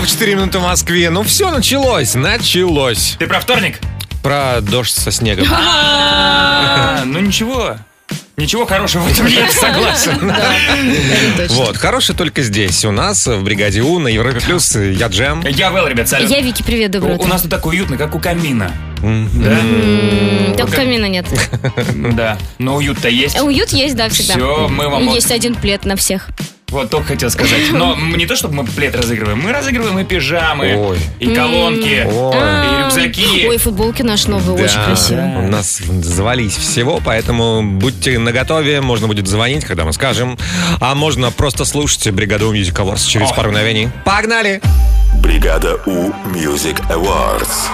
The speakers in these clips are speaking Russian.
часов 4 минуты в Москве. Ну все, началось. Ты про вторник? Про дождь со снегом. Ну ничего. Ничего хорошего в этом нет, согласен. Вот, хороший только здесь. У нас в бригаде У на Европе Плюс я Джем. Я Вэл, ребят, салют. Я Вики, привет, доброе утро. У нас тут так уютно, как у камина. Только камина нет. Да, но уют-то есть. Уют есть, да, всегда. Все, мы вам... Есть один плед на всех. Вот только хотел сказать. Но не то, чтобы мы плед разыгрываем. Мы разыгрываем и пижамы, и колонки, и рюкзаки. Ой, футболки наши новые, очень красивые. У нас завались всего, поэтому будьте наготове. Можно будет звонить, когда мы скажем. А можно просто слушать бригаду Music Awards через пару мгновений. Погнали! Бригада У Music Awards.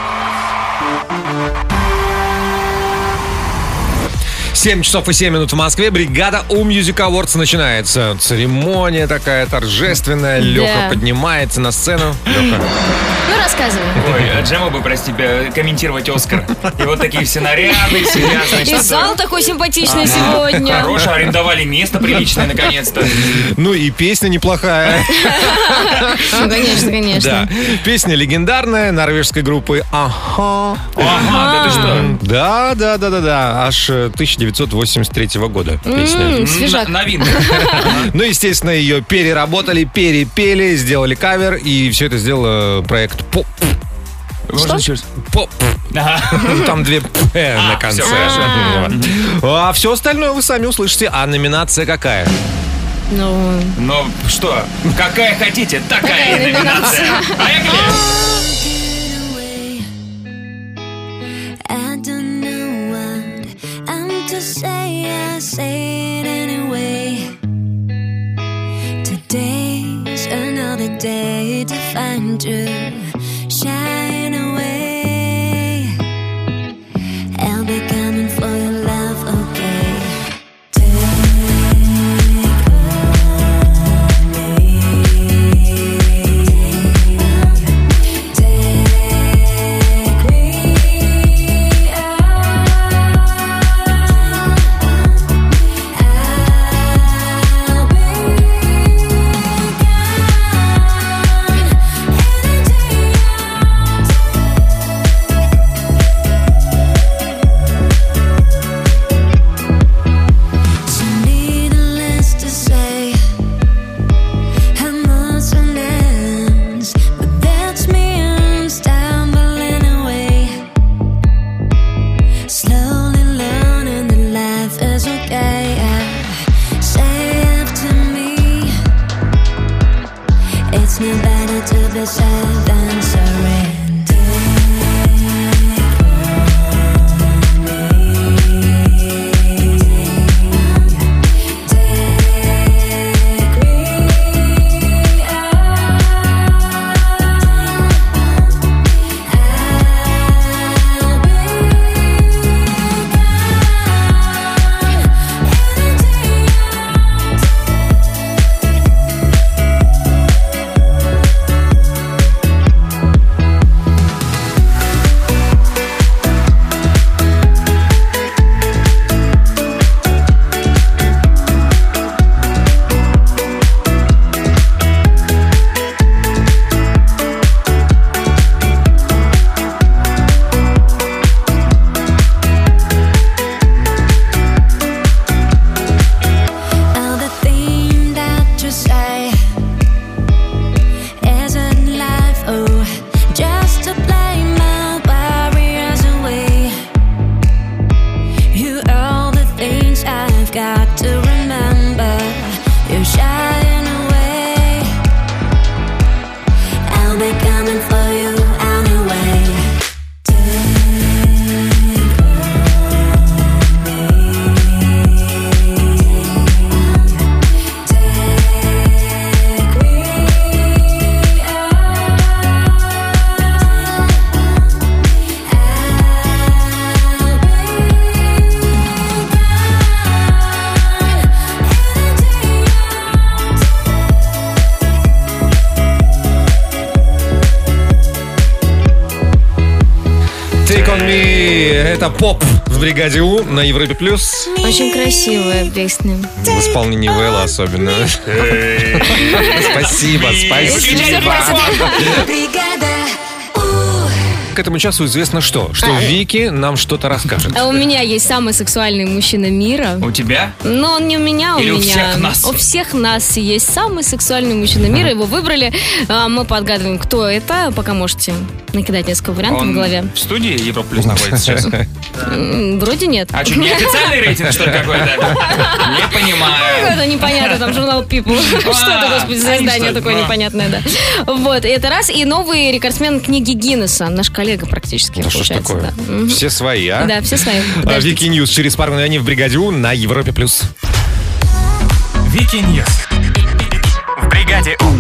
7 часов и 7 минут в Москве. Бригада У Music Awards начинается. Церемония такая торжественная. Леха поднимается на сцену. Леха. Ну, рассказывай. Ой, Джему бы, прости, комментировать Оскар. И вот такие все наряды, сидят, значит. И зал такой симпатичный сегодня. Хорошо, арендовали место приличное, наконец-то. Ну и песня неплохая. Ну, конечно, конечно. Да. Песня легендарная норвежской группы Аха. Ага, да ты что? Да. Аж 1983 года песня. Свежак. Новинка. Ну, естественно, ее переработали, перепели, сделали кавер, и все это сделал проект Поп. Можно еще раз? Поп. Там две П на конце. А все остальное вы сами услышите. А номинация какая? Ну что? Какая хотите, такая и номинация. Поехали! Say it anyway. Today's another day to find you. Shine away. I'll be coming for your love, okay? Это Поп в бригаде У на Европе плюс. Очень красивая песня. В исполнении Вэлла особенно. Спасибо. К этому часу известно что? Что Вики нам что-то расскажет. А у меня есть самый сексуальный мужчина мира. У тебя? Но он не у меня, Или у у меня. всех нас? У всех нас есть самый сексуальный мужчина мира. Его выбрали. Мы подгадываем, кто это. Пока можете накидать несколько вариантов в голове. В студии Европа Плюс находится сейчас? Вроде нет. А что, неофициальный рейтинг, что ли, какой-то? Не понимаю. Это непонятно, там журнал People. Что это, господи, за издание такое непонятное, да. Вот, это раз. И новый рекордсмен книги Гиннесса. Наш коллега практически, Ну что ж получается. такое? Да. Все свои, а? Да, все свои. Вики Ньюс через пару мгновений в бригаде У на Европе плюс. Вики Ньюс. В бригаде У.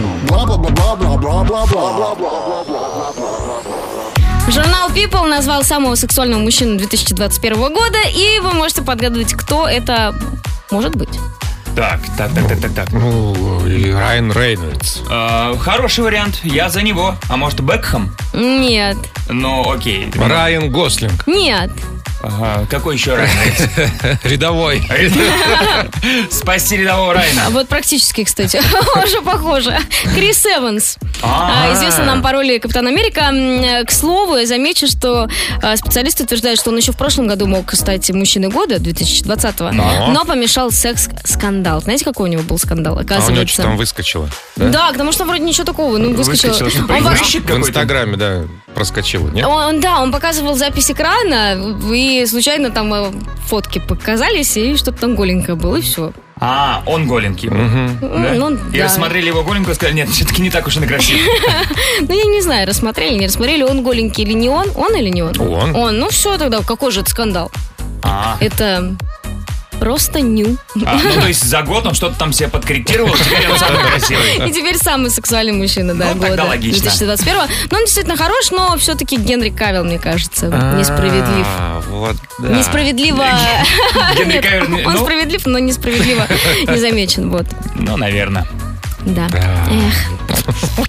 Журнал People назвал самого сексуального мужчину 2021 года, и вы можете подгадывать, кто это может быть. Так. Ну, и Райан Рейнольдс. Хороший вариант. Я за него. А может, Бекхэм? Нет. Ну, окей. Райан Гослинг. Нет. Ага, какой еще Райан? Рядовой. Спасти рядового Райана. Вот практически, кстати, уже похоже. Крис Эванс. Известный нам по роли Капитан Америка. К слову, я замечу, что специалисты утверждают, что он еще в прошлом году мог стать мужчиной года, 2020-го, но помешал секс-скандал. Знаете, какой у него был скандал? А у него Оказывается. что там выскочило? Да, потому что вроде ничего такого. Ну, выскочило. В Инстаграме, да, проскочило, нет? Он показывал запись экрана, и случайно там фотки показались, и что-то там голенькое было, и все. А, он голенький был. Ну, И да. рассмотрели его голенькую и сказали, нет, все-таки не так уж и красиво. Ну, я не знаю, рассмотрели, не рассмотрели, он голенький или не он, он или не он? Он. Ну, все тогда, какой же это скандал? А. Это просто ню. Ну, то есть за год он что-то там себе подкорректировал, теперь он самый красивый. И теперь самый сексуальный мужчина, да, Ну, тогда года логично. 2021. Но он действительно хорош, но все-таки Генри Кавилл, мне кажется, несправедлив. Вот, да. Несправедливо. Генри Нет, Кавилл, он ну. справедлив, но несправедливо не замечен. Вот. Ну, наверное. Да. Эх.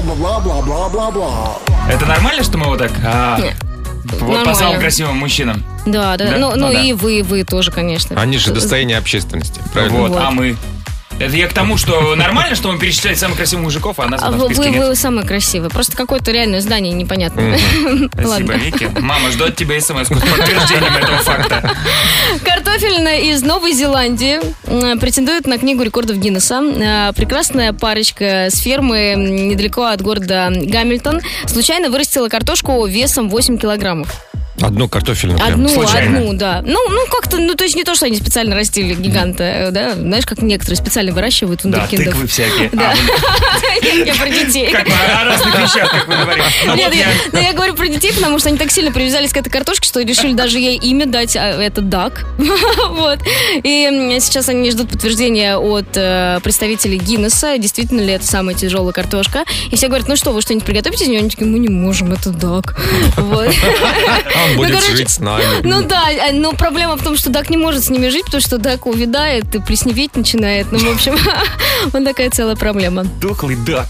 Это нормально, что мы вот так... Вот по Нормально. самым красивым мужчинам. Да. Да? Ну Ну да. и вы тоже, конечно. Они же достояние общественности, правильно? Вот, Вот. а мы... Это я к тому, что нормально, что мы перечисляем самых красивых мужиков, а нас в этом списке нет. Вы самые красивые. Просто какое-то реальное здание непонятное. Спасибо, Ладно. Вики. Мама ждет тебя смс-ку с подтверждением этого факта. Картофельная из Новой Зеландии претендует на книгу рекордов Гиннесса. Прекрасная парочка с фермы недалеко от города Гамильтон случайно вырастила картошку весом 8 килограммов. Одну картофельную прям. Одну, да. Ну, как-то, то есть не то, что они специально растили гиганта, да. Знаешь, как некоторые специально выращивают Да, вундеркиндов. тыквы всякие. Да. Я про детей. Как о разных вещах, как вы говорите. Ну, Нет, вот я говорю про детей, потому что они так сильно привязались к этой картошке, что решили даже ей имя дать, это Дак. Вот. И сейчас они ждут подтверждения от представителей Гиннесса, действительно ли это самая тяжелая картошка. И все говорят, ну что, вы что-нибудь приготовите из нее? Они такие, мы не можем, это Дак. Вот. Он будет короче, жить с нами. Ну да, но проблема в том, что Дак не может с ними жить, потому что Дак увядает и плесневеть начинает. Ну, в общем, вот такая целая проблема. дохлый Дак.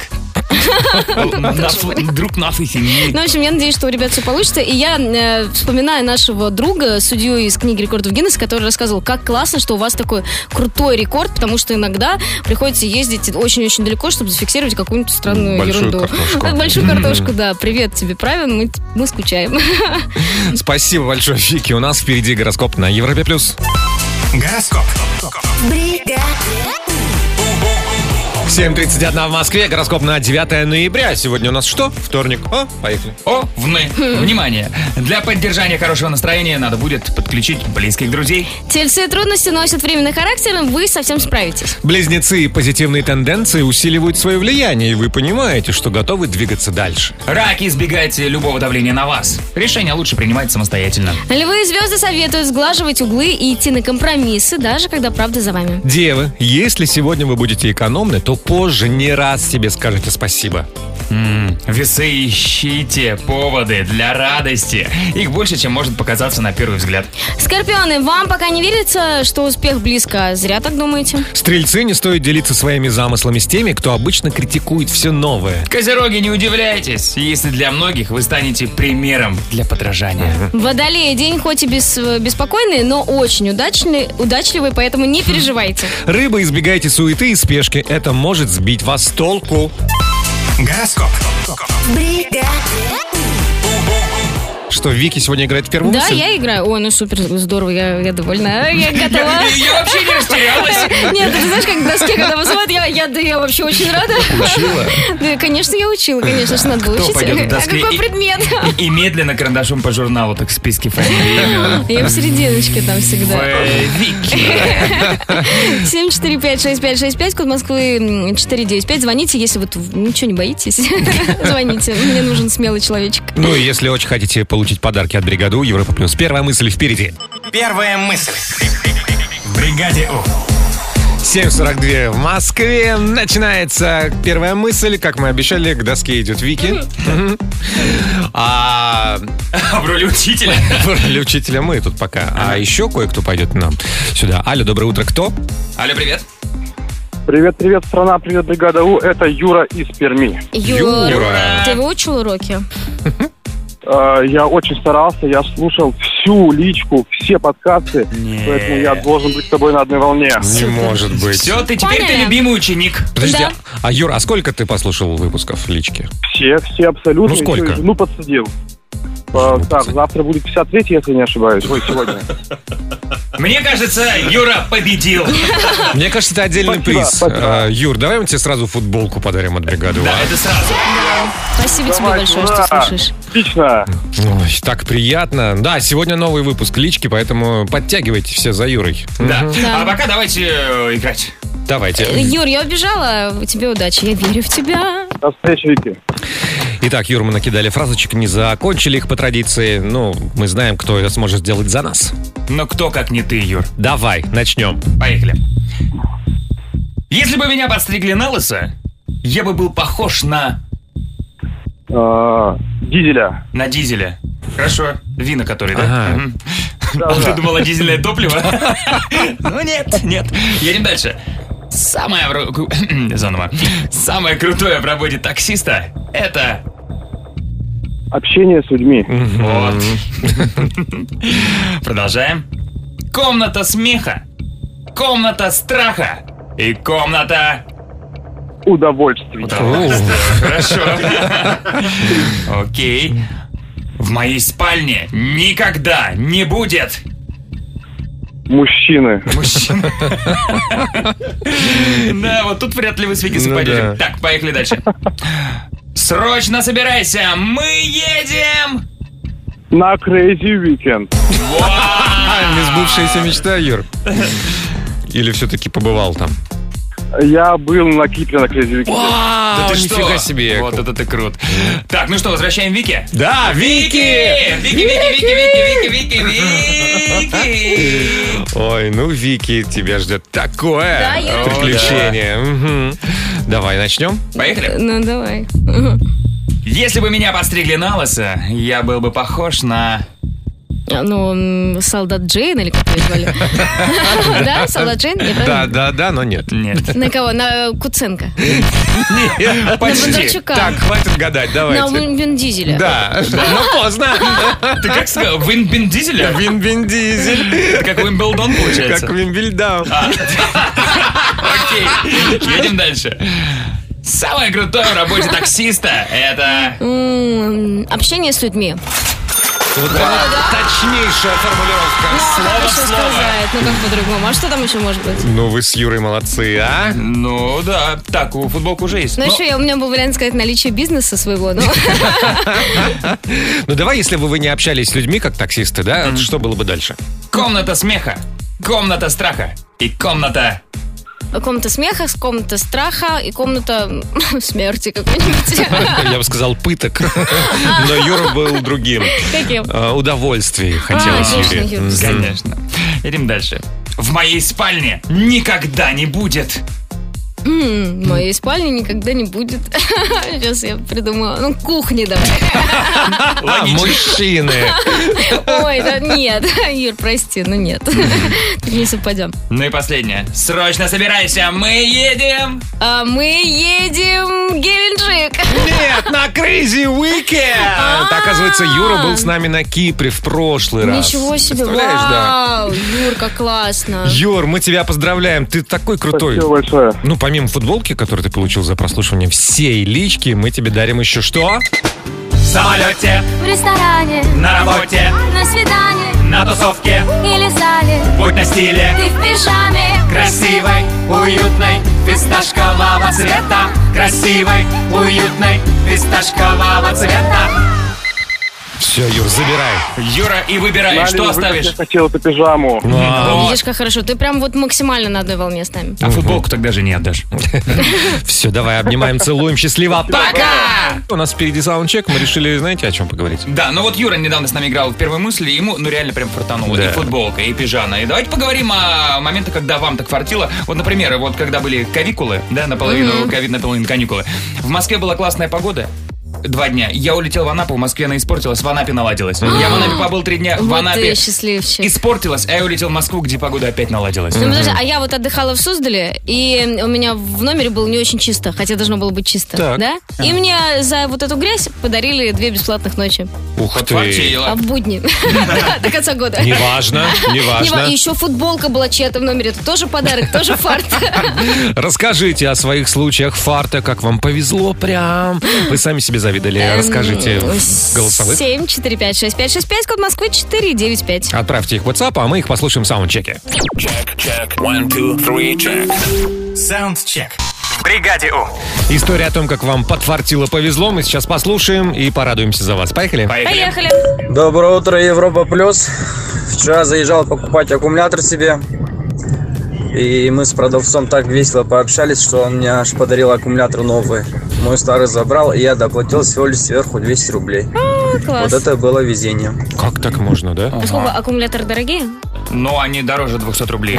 Друг нашей семьи. Ну, в общем, я надеюсь, что у ребят все получится. И я вспоминаю нашего друга, судью из книги рекордов Гиннесса, который рассказывал, как классно, что у вас такой крутой рекорд, потому что иногда приходится ездить очень-очень далеко, чтобы зафиксировать какую-нибудь странную Большую ерунду. картошку. Большую картошку, да. Привет тебе, правильно? Мы скучаем. Спасибо большое, Вики. У нас впереди гороскоп на Европе+. Гороскоп. 7:31 в Москве. Гороскоп на 9 ноября. Сегодня у нас что? Вторник. Поехали. Внимание! Для поддержания хорошего настроения надо будет подключить близких друзей. Тельцы и трудности носят временный характер, вы совсем справитесь. Близнецы и позитивные тенденции усиливают свое влияние, и вы понимаете, что готовы двигаться дальше. Раки, избегайте любого давления на вас. Решение лучше принимать самостоятельно. Львы и звезды советуют сглаживать углы и идти на компромиссы, даже когда правда за вами. Девы, если сегодня вы будете экономны, то позже не раз себе скажете спасибо. Весы ищите поводы для радости. Их больше, чем может показаться на первый взгляд. Скорпионы, вам пока не верится, что успех близко? Зря так думаете. Стрельцы, не стоит делиться своими замыслами с теми, кто обычно критикует все новое. Козероги, не удивляйтесь, если для многих вы станете примером для подражания. Водолеи, день хоть и беспокойный, но очень удачливый, поэтому не переживайте. Рыбы, избегайте суеты и спешки. Это может сбить вас с толку. Гороскоп. Что, Вики сегодня играет в первую Да, мысль? я играю. Ой, ну супер, здорово, я довольна. Я готова. Я вообще не растерялась. Нет, ты знаешь, как в доске, когда посмотрят, я вообще очень рада. Учила? Да, конечно, я учила, конечно, что надо было Кто учить. пойдет в А доске какой предмет? И медленно карандашом по журналу, так списки фамилий. Я в серединочке там всегда. Вики. 745-6565, код Москвы 495. Звоните, если вот ничего не боитесь. Звоните, мне нужен смелый человечек. Ну и если очень хотите получить подарки от бригады У, Европа Плюс. Первая мысль впереди. Первая мысль. В бригаде У. 7:42 в Москве. Начинается первая мысль. Как мы обещали, к доске идет Вики. А В роли учителя. в роли учителя мы тут пока. А еще кое-кто пойдет нам сюда. Алло, доброе утро. Кто? Алло, привет. Привет, страна, привет, бригада У. Это Юра из Перми. Юра. Ты выучил уроки? Я очень старался, я слушал всю личку, все подкасты, поэтому я должен быть с тобой на одной волне. Не может быть. Все, теперь ты Понятно. любимый ученик. Подожди, Да. а Юра, а сколько ты послушал выпусков лички? Все абсолютно. Ну, сколько? Еще и жену подсадил. Так, завтра будет 53, если не ошибаюсь. Ой, сегодня. Мне кажется, Юра победил. Мне кажется, это отдельный Спасибо, приз. спасибо. Юр, давай мы тебе сразу футболку подарим от бригады У. Да, это сразу. Спасибо тебе большое, что ура! слушаешь. Отлично. Ой, так приятно. Да, сегодня новый выпуск лички, поэтому подтягивайте все за Юрой. Да. Да. А пока давайте играть. Давайте. Юр, я убежала, тебе удачи, я верю в тебя. До встречи, Вики. Итак, Юр, мы накидали фразочек, не закончили их по традиции. Ну, мы знаем, кто это сможет сделать за нас. Но кто, как не ты, Юр? Давай, начнем. Поехали. Если бы меня подстригли на лысо, я бы был похож на Дизеля. дизеля. Хорошо. Вина, который, да? Ага. Мгм. А ты думала, дизельное топливо? Ну нет. Едем дальше. Заново. Самое крутое в работе таксиста — это... Общение с людьми. Вот. Продолжаем. Комната смеха, комната страха и комната... Удовольствие. Хорошо. Окей. В моей спальне никогда не будет... Мужчины. Мужчина. Да, вот тут вряд ли вы с Вики совпадете. да. Так, поехали дальше. Срочно собирайся, мы едем! На Crazy Weekend. Несбывшаяся мечта, Юр. Или все-таки побывал там? Я был на Кипре на Crazy Weekend. Да ты что? нифига себе. Вот это ты крут. Так, ну что, возвращаем Вики? Да, Вики! Вики! Ой, ну, Вики, тебя ждет такое Да, я приключение. Мгм. Давай, начнем? Поехали. Ну, давай. Если бы меня постригли на лысо, я был бы похож на... Ну, солдат Джейн, или как ее звали? Да, солдат Джейн? Я правильно? Да, но нет. Нет. На кого? На Куценко? Нет, На почти. Бондарчука? Так, хватит гадать, На давайте. Вин Дизеля? Да, но поздно. Ты как сказал? Вин Дизеля? Вин Дизель. Это как Уимблдон получается? Как Вимбельдаун. Окей, едем дальше. Самое крутое в работе таксиста — это... Общение с людьми. Вот это точнейшая формулировка. Как еще сказать? Ну, как по-другому? А что там еще может быть? Ну, вы с Юрой молодцы, а? Ну да, так, у футболка уже есть. Ну, Но- еще у меня был вариант сказать наличие бизнеса своего, но... Ну, давай, если бы вы не общались с людьми, как таксисты, да, что было бы дальше? Комната смеха, комната страха и комната... Комната смеха, комната страха и комната смерти какой-нибудь. Я бы сказал пыток, но Юра был другим. Каким? Удовольствий хотелось точно, Юре. Юра. Конечно. Едем дальше. В моей спальне никогда не будет... Моей спальни никогда не будет. Сейчас я придумаю. Ну, кухни давай. Мужчины. Ой, да нет. Юр, прости, но нет. Тут не совпадем. Ну и последнее. Срочно собирайся, мы едем. Мы едем в Геленджик. Нет, на Crazy Weekend. Оказывается, Юра был с нами на Кипре в прошлый раз. Ничего себе, Представляешь, да? вау, Юр, как классно. Юр, мы тебя поздравляем, ты такой крутой. Спасибо большое. Ну, помимо футболки, которую ты получил за прослушивание всей лички, мы тебе дарим еще что? В самолете, В ресторане, на работе, на свидании на тусовке. или в зале. Будь на стиле, Ты в пижаме. красивой, уютной, фисташкового цвета. Красивой, уютной, фисташкового цвета. Все, Юр, забирай. Юра, и выбирай, что оставишь? Я хотел эту пижаму. Видишь, как хорошо. Ты прям вот максимально на одной волне с нами. А футболку тогда же не отдашь. Все, давай, обнимаем, целуем, счастливо, пока! У нас впереди саундчек, мы решили, знаете, о чем поговорить? Да, ну вот Юра недавно с нами играл в первой мысли, ему ну реально прям фартануло. Да. И футболка, и пижама. И давайте поговорим о моментах, когда вам так фартило. Вот, например, вот когда были каникулы, да, наполовину ковид, наполовину каникулы. В Москве была классная погода. 2 дня. Я улетел в Анапу, в Москве она испортилась, в Анапе наладилась. Я в Анапе побыл 3 дня, в Вот Анапе ты счастливчик. испортилась, а я улетел в Москву, где погода опять наладилась. Ну, подожди, а я вот отдыхала в Суздале, и у меня в номере было не очень чисто, хотя должно было быть чисто, Так. да? И мне за вот эту грязь подарили 2 бесплатных ночи. Ух ты. Подфартило. А в будни. До конца года. Неважно, неважно. И еще футболка была чья-то в номере. Это тоже подарок, тоже фарт. Расскажите о своих случаях фарта, как вам повезло прям. Вы сами себе завидовали. Расскажите в голосовых. 7456565, код Москвы 495. Отправьте их в WhatsApp, а мы их послушаем в саундчеке. Check. 1, 2, 3, check. Саундчек. В бригаде У. История о том, как вам подфартило, повезло, мы сейчас послушаем и порадуемся за вас. Поехали? Поехали. Доброе утро, Европа Плюс. Вчера заезжал покупать аккумулятор себе. И мы с продавцом так весело пообщались, что он мне аж подарил аккумулятор новый. Мой старый забрал, и я доплатил всего лишь сверху 200 рублей. Класс. Вот это было везение. Как так можно, да? А сколько аккумуляторы дорогие? Но они дороже 200 рублей.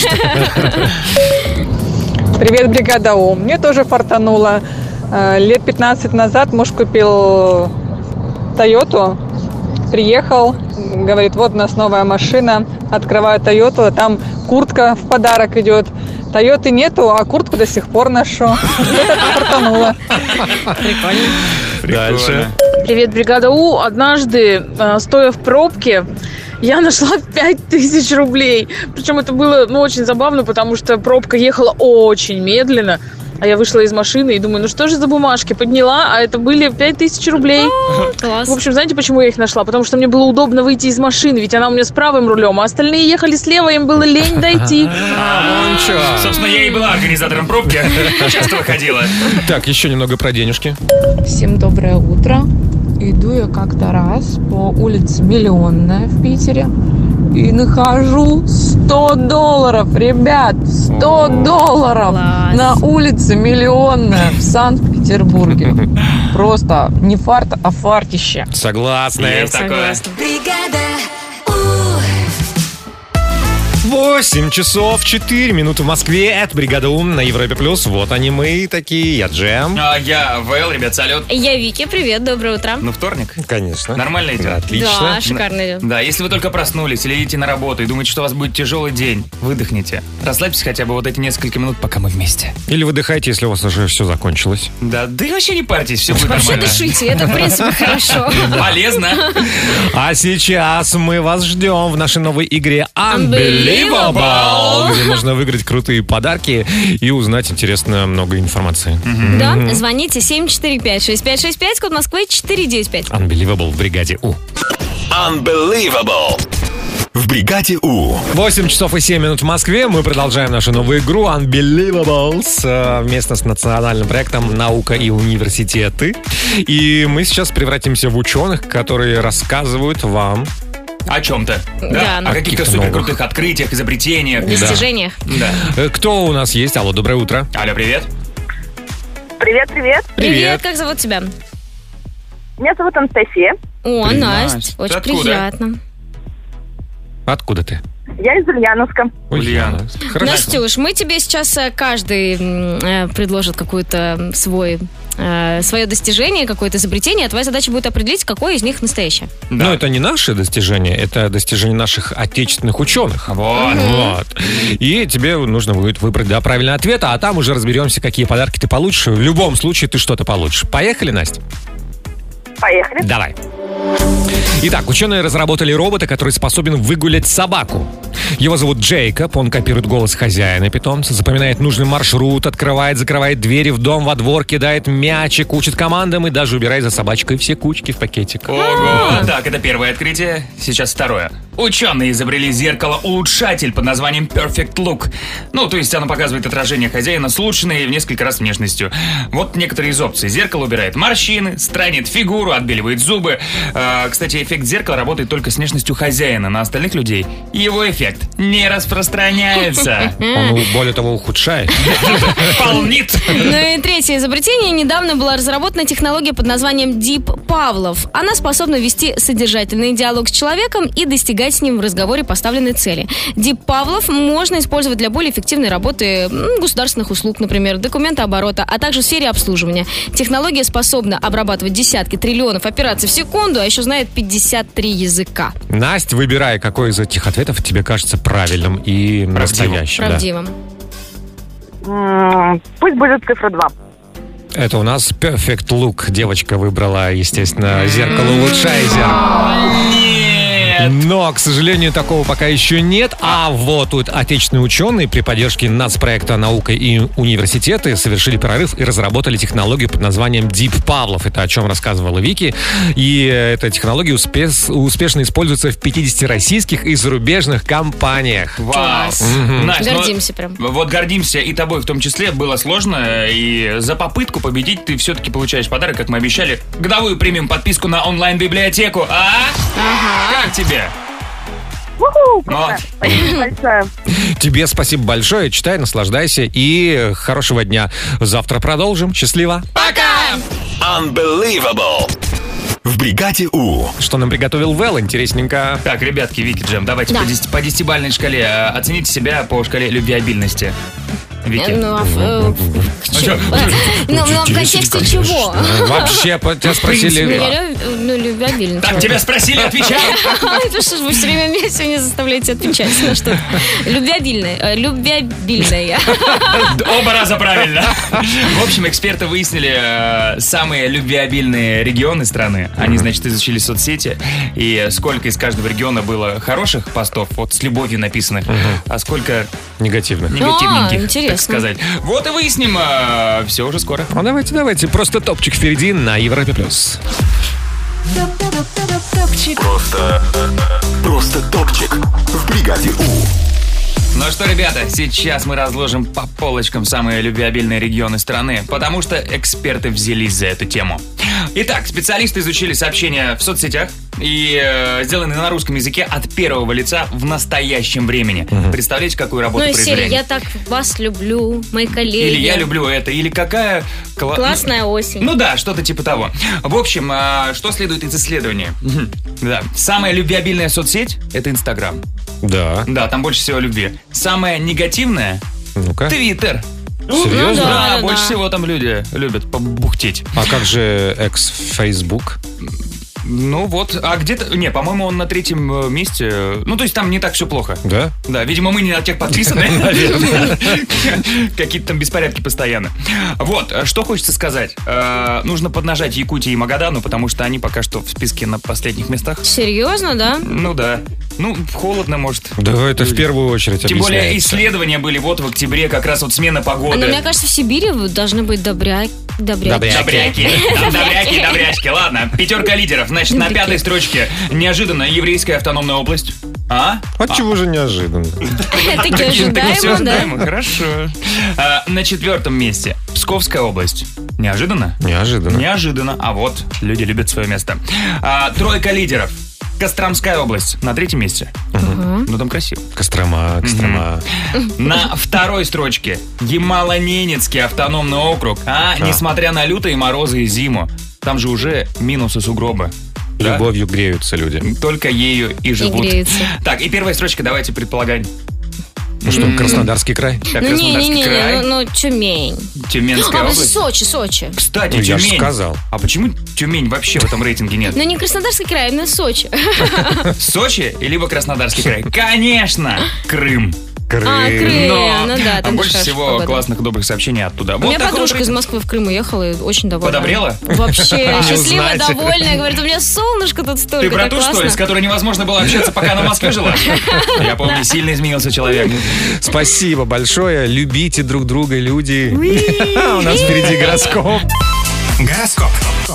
Привет, бригада У. Мне тоже фартануло. Лет 15 назад муж купил Тойоту, приехал, говорит, вот у нас новая машина. Открываю Тойоту, а там куртка в подарок идет. Тойоты нету, а куртку до сих пор ношу. Вот это фартануло. Дальше. Привет, бригада У. Однажды, стоя в пробке, я нашла 5000 рублей. Причем это было очень забавно, потому что пробка ехала очень медленно. А я вышла из машины и думаю, ну что же за бумажки? Подняла, а это были 5000 рублей. Класс. В общем, знаете, почему я их нашла? Потому что мне было удобно выйти из машины, ведь она у меня с правым рулем, а остальные ехали слева, им было лень дойти. Собственно, я и была организатором пробки. Часто выходила. Так, еще немного про денежки. Всем доброе утро. Иду я как-то раз по улице Миллионная в Питере и нахожу $100, ребят, $100 Класс. на улице Миллионная в Санкт-Петербурге. Просто не фарт, а фартище. Согласны. Есть такое. Бригада У. 8 часов 4 минуты в Москве. Это «Бригада У» на Европе+. плюс. Вот они мы такие. Я Джем. А я ВЛ, ребят, салют. Я Вики, привет, доброе утро. Ну, вторник. Конечно. Нормально идет? Отлично. Да, шикарно идет. Да, если вы только проснулись или едете на работу и думаете, что у вас будет тяжелый день, выдохните. Расслабьтесь хотя бы вот эти несколько минут, пока мы вместе. Или выдыхайте, если у вас уже все закончилось. Да и вообще не парьтесь, все будет Вообще нормально. дышите, это в принципе хорошо. Полезно. А сейчас мы вас ждем в нашей новой игре Unbelievable, где можно выиграть крутые подарки и узнать интересно много информации. Да, звоните 7456565, код Москвы 495. Unbelievable в «Бригаде У». Unbelievable. В бригаде У. 8 часов и 7 минут в Москве. Мы продолжаем нашу новую игру Unbelievable совместно с национальным проектом «Наука и университеты». И мы сейчас превратимся в ученых, которые рассказывают вам О чем-то. Да. О каких-то Каких-то суперкрутых открытиях, изобретениях. Достижениях. Да. Кто у нас есть. Алло, доброе утро. Алло, привет. Привет, привет. Привет, как зовут тебя? Меня зовут Анастасия. О, Привет, Настя, Настя. очень Ты откуда? приятно. Откуда ты? Я из Ульяновска. Ульяна. Хорошо. Настюш, мы тебе сейчас каждый предложит какое-то свое достижение, какое-то изобретение, а твоя задача будет определить, какое из них настоящее. Да. Но это не наши достижения, это достижения наших отечественных ученых. Вот. И тебе нужно будет выбрать правильный ответ, а там уже разберемся, какие подарки ты получишь. В любом случае ты что-то получишь. Поехали, Настя? Поехали. Давай. Итак, ученые разработали робота, который способен выгулять собаку. Его зовут Джейкоб, он копирует голос хозяина питомца, запоминает нужный маршрут, открывает, закрывает двери в дом, во двор, кидает мячик, учит командам и даже убирает за собачкой все кучки в пакетик. Ого! Так, это первое открытие. Сейчас второе. Ученые изобрели зеркало-улучшатель под названием Perfect Look. Ну, то есть оно показывает отражение хозяина с улучшенной в несколько раз внешностью. Вот некоторые из опций. Зеркало убирает морщины, странит фигуру, отбеливает зубы. Кстати, эффект зеркала работает только с внешностью хозяина. На остальных людей его эффект не распространяется. Он, более того, ухудшает. Полнит. Ну и третье изобретение. Недавно была разработана технология под названием Deep Pavlov. Она способна вести содержательный диалог с человеком и достигать с ним в разговоре поставленной цели. Deep Pavlov можно использовать для более эффективной работы государственных услуг, например, документооборота, а также в сфере обслуживания. Технология способна обрабатывать десятки триллионов операций в секунду, а еще знает 53 языка. Настя, выбирай, какой из этих ответов тебе кажется правильным и настоящим. Правдивым. Пусть будет цифра 2. Это у нас Perfect Look. Девочка выбрала, естественно, зеркало улучшая зеркало. Но, к сожалению, такого пока еще нет. А вот тут отечественные ученые при поддержке нацпроекта «Наука и университеты» совершили прорыв и разработали технологию под названием Deep Pavlov. Это о чем рассказывала Вики. И эта технология успешно используется в 50 российских и зарубежных компаниях. Вау. Настя, Гордимся прям. Вот гордимся и тобой в том числе. Было сложно. И за попытку победить ты все-таки получаешь подарок, как мы обещали. Годовую премиум подписку на онлайн-библиотеку. Как тебе? Спасибо большое. Тебе спасибо большое. Читай, наслаждайся и хорошего дня. Завтра продолжим. Счастливо. Пока! Unbelievable. В бригаде У. Что нам приготовил Вэл? Интересненько. Так, ребятки, Вики Джем, давайте Да. по 10-бальной шкале оцените себя по шкале любвеобильности. Вики. В контексте чего? Вообще, тебя спросили... Любвеобильно. Так, тебя спросили, отвечай. Это что ж вы все время меня сегодня заставляете отвечать на что-то. Любвеобильная. Оба раза правильно. В общем, эксперты выяснили самые любвеобильные регионы страны. Они, значит, изучили соцсети. И сколько из каждого региона было хороших постов, вот с любовью написанных, а сколько негативненьких, интересно. так сказать. Вот и выясним все уже скоро. Ну, давайте. Просто топчик впереди на Европе+. Просто топчик в бригаде У. Ну что, ребята, сейчас мы разложим по полочкам самые любвеобильные регионы страны, потому что эксперты взялись за эту тему. Итак, специалисты изучили сообщения в соцсетях и сделаны на русском языке от первого лица в настоящем времени. Представляете, какую работу произвели? Ну, серия «Я так вас люблю, мои коллеги». Или «Я люблю это», или «Какая классная осень». Ну да, что-то типа того. В общем, что следует из исследования? Да. Самая любвеобильная соцсеть — это Инстаграм. Да. Да, там больше всего любви. Самая негативная — Ну-ка. Твиттер. Серьезно? Да, больше всего там люди любят побухтеть. А как же экс-фейсбук? Ну вот, а где-то... Не, по-моему, он на 3-м месте. Ну, то есть там не так все плохо. Да? Да, видимо, мы не на тех подписаны. Какие-то там беспорядки постоянно. Вот, что хочется сказать. Нужно поднажать Якутии и Магадану, потому что они пока что в списке на последних местах. Серьезно, да? Ну да. Ну, холодно, может. Да, это в первую очередь Тем более объясняется. исследования были вот в октябре, как раз вот смена погоды. Но мне кажется, в Сибири должны быть добряки. Добряки. Там добряки, добрячки. Ладно, 5 лидеров. Значит, на 5-й строчке неожиданно еврейская автономная область. А чего же неожиданно? Таки ожидаемо, да? Хорошо. На 4-м месте Псковская область. Неожиданно? Неожиданно. А вот, люди любят свое место. 3 лидеров. Костромская область на 3-м месте. Ну, там красиво. Кострома. На 2-й строчке Ямало-Ненецкий автономный округ. Несмотря на лютые морозы и зиму, там же уже минусы сугробы. Да? Любовью греются люди. Только ею и живут. греются. Так, и первая строчка, давайте предполагать. Ну что, Краснодарский край? Так, Ну, Краснодарский край, ну, Тюмень. Тюменская область. Сочи. Кстати, Ну, я же Тюмень. сказал. А почему Тюмень вообще в этом рейтинге нет? Ну, не Краснодарский край, а именно Сочи. Сочи либо Краснодарский край? Конечно, Крым. Крым. Крым, Но ну да, там больше хорошая всего погода. классных добрых сообщений оттуда. У меня подружка из Москвы в Крым уехала и очень довольна. Подобрела? Вообще, Не счастливая, узнать. довольная. Говорит, у меня солнышко тут столько, Ты про так ту, что ли, классно. с которой невозможно было общаться, пока она в Москве жила? Я помню, сильно изменился человек. Спасибо большое. Любите друг друга, люди. У нас впереди гороскоп. Гороскоп.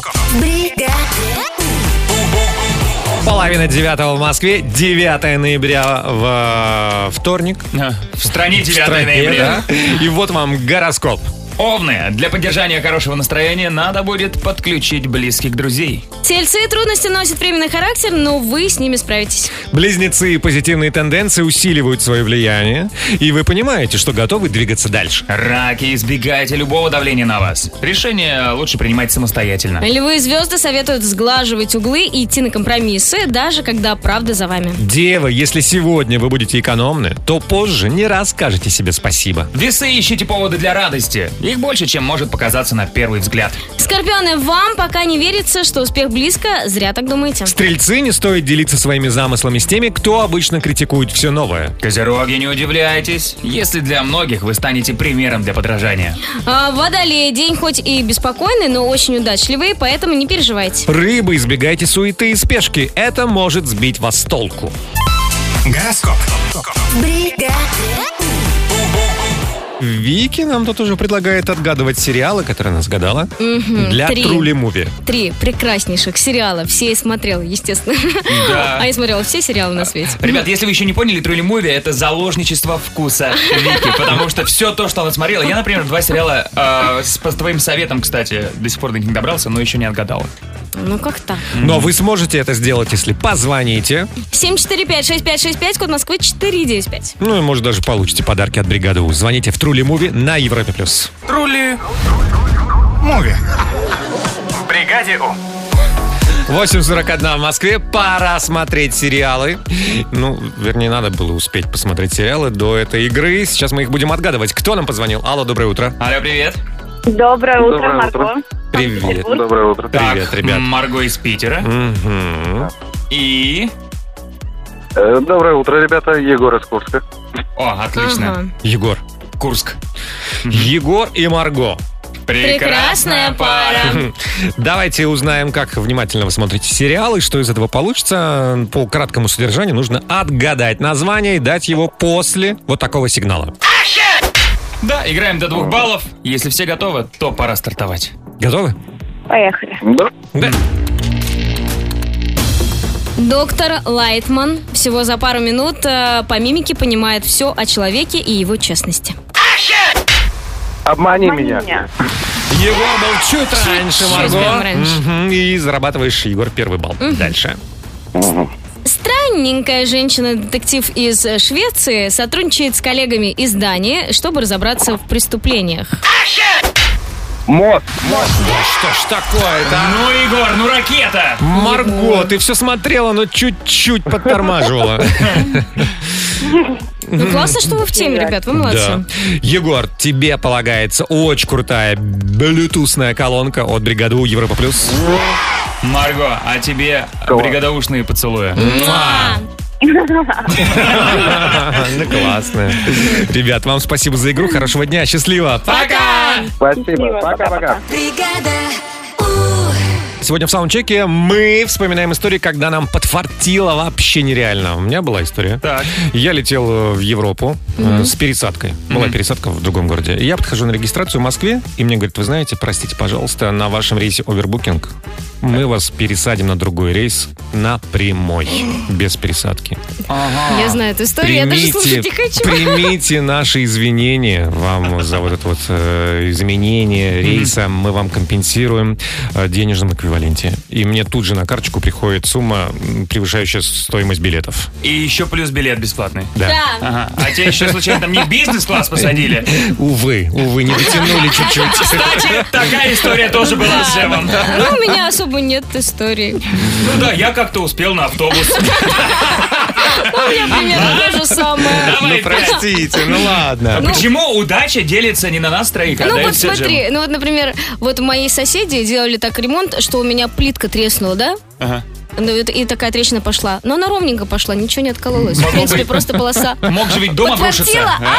Половина 9 в Москве, 9 ноября в вторник. В стране 9 В стране, ноября. да. И вот вам гороскоп. Овны, для поддержания хорошего настроения надо будет подключить близких друзей. Тельцы, трудности носят временный характер, но вы с ними справитесь. Близнецы, позитивные тенденции усиливают свое влияние, и вы понимаете, что готовы двигаться дальше. Раки, избегайте любого давления на вас. Решение лучше принимать самостоятельно. Львы и звезды советуют сглаживать углы и идти на компромиссы, даже когда правда за вами. Девы, если сегодня вы будете экономны, то позже не расскажете себе спасибо. Весы, ищите поводы для радости. Их больше, чем может показаться на первый взгляд. Скорпионы, вам пока не верится, что успех близко, зря так думаете. Стрельцы, не стоит делиться своими замыслами с теми, кто обычно критикует все новое. Козероги, не удивляйтесь, если для многих вы станете примером для подражания. Водолеи, день хоть и беспокойный, но очень удачливый, поэтому не переживайте. Рыбы, избегайте суеты и спешки. Это может сбить вас с толку. Гороскоп. Вики нам тут уже предлагает отгадывать сериалы, которые она сгадала. Для Три. Трули Муви. 3 прекраснейших сериала. Все я смотрела, естественно. Да. А я смотрела все сериалы на свете. Ребят, если вы еще не поняли, Трули Муви — это заложничество вкуса Вики, потому что все то, что она смотрела... Я, например, 2 сериала по твоим советам, кстати, до сих пор до них не добрался, но еще не отгадал. Ну как так? Но вы сможете это сделать, если позвоните. 745-6565, код Москвы 495. Ну и, может, даже получите подарки от бригады У. Звоните в Трули Муви на Европе+. Трули Муви. В бригаде У. 8:41 в Москве. Пора смотреть сериалы. Ну, вернее, надо было успеть посмотреть сериалы до этой игры. Сейчас мы их будем отгадывать. Кто нам позвонил? Алло, доброе утро. Алло, привет. Доброе утро, Марго. Привет. Доброе утро. Привет, Так, ребят. Марго из Питера. Мгм. И... Доброе утро, ребята. Егор из Курска. О, отлично. Ага. Егор. Курск. Егор и Марго. Прекрасная пара. Давайте узнаем, как внимательно вы смотрите сериалы, что из этого получится. По краткому содержанию нужно отгадать название и дать его после вот такого сигнала. Да, играем до 2 баллов. Если все готовы, то пора стартовать. Готовы? Поехали. Да. Доктор Лайтман всего за пару минут по мимике понимает все о человеке и его честности. Обмани меня. Его был чуть раньше, Марго. прям раньше. Мгм. И зарабатываешь, Егор, первый балл. Дальше. Странненькая женщина-детектив из Швеции сотрудничает с коллегами из Дании, чтобы разобраться в преступлениях. Мост. Что ж такое-то? Ну, Егор, ну ракета! Марго, ты все смотрела, но чуть-чуть подтормаживала. Ну, классно, что вы в теме, ребят, вы молодцы. Да. Егор, тебе полагается очень крутая блютусная колонка от бригады У Европа+. Марго, а тебе бригадаушные поцелуи. Ну, классно. Ребят, вам спасибо за игру, хорошего дня, счастливо. Пока! Спасибо. Пока-пока. Сегодня в саундчеке мы вспоминаем истории, когда нам подфартило вообще нереально. У меня была история. Так. Я летел в Европу с пересадкой. Была пересадка в другом городе. И я подхожу на регистрацию в Москве, и мне говорят: вы знаете, простите, пожалуйста, на вашем рейсе овербукинг. Мы вас пересадим на другой рейс на прямой, без пересадки. Я знаю эту историю, я даже слушать не хочу. Примите наши извинения вам за вот это вот изменение рейса. Мы вам компенсируем денежным эквивалентом. эквиваленте. И мне тут же на карточку приходит сумма, превышающая стоимость билетов. И еще плюс билет бесплатный. Да. Ага. А тебе еще случайно там не в бизнес-класс посадили? Увы, не дотянули чуть-чуть. Кстати, такая история тоже была с Джемом. Ну, у меня особо нет истории. Ну да, я как-то успел на автобус. У меня примерно то же самое. Ну, простите, ну ладно. Почему удача делится не на нас троих, а Ну вот дается Джему? смотри, ну вот, например, вот мои соседи делали так ремонт, что у меня плитка треснула, да? Ага. Ну, и такая трещина пошла. Но она ровненько пошла, ничего не откололось. В принципе, просто полоса. Мог же ведь дом обрушиться.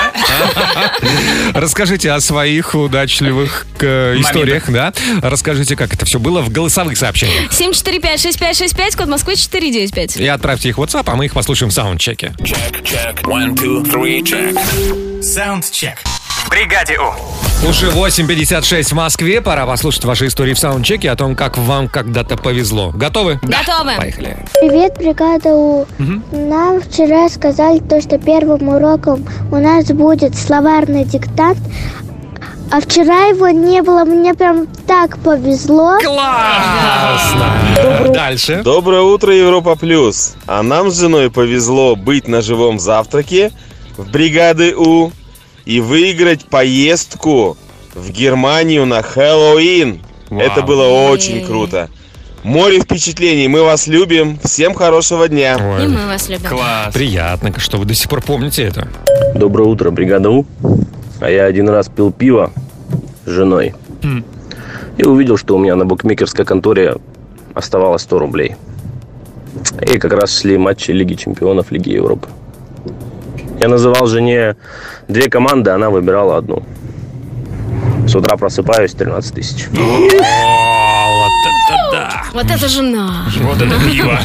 Расскажите о своих удачливых историях, да? Расскажите, как это все было в голосовых сообщениях. 745-6565, код Москвы 495. И отправьте их в WhatsApp, а мы их послушаем в саундчеке. Check. 1, 2, 3, check. Саундчек. В бригаде У. Уже 8:56 в Москве. Пора послушать ваши истории в саундчеке о том, как вам когда-то повезло. Готовы? Готовы. Поехали. Привет, бригада У. Нам вчера сказали, что первым уроком у нас будет словарный диктант. А вчера его не было, мне прям так повезло. Классно! Дальше. Доброе утро, Европа Плюс. А нам с женой повезло быть на живом завтраке в бригады У и выиграть поездку в Германию на Хэллоуин. Это было очень круто. Море впечатлений. Мы вас любим. Всем хорошего дня. И мы вас любим. Класс. Приятно, что вы до сих пор помните это. Доброе утро, бригада У. А я один раз пил пиво с женой и увидел, что у меня на букмекерской конторе оставалось 100 рублей. И как раз шли матчи Лиги Чемпионов, Лиги Европы. Я называл жене 2 команды, она выбирала одну. С утра просыпаюсь, 13 тысяч. Вот это да! Вот это жена. Вот это пиво.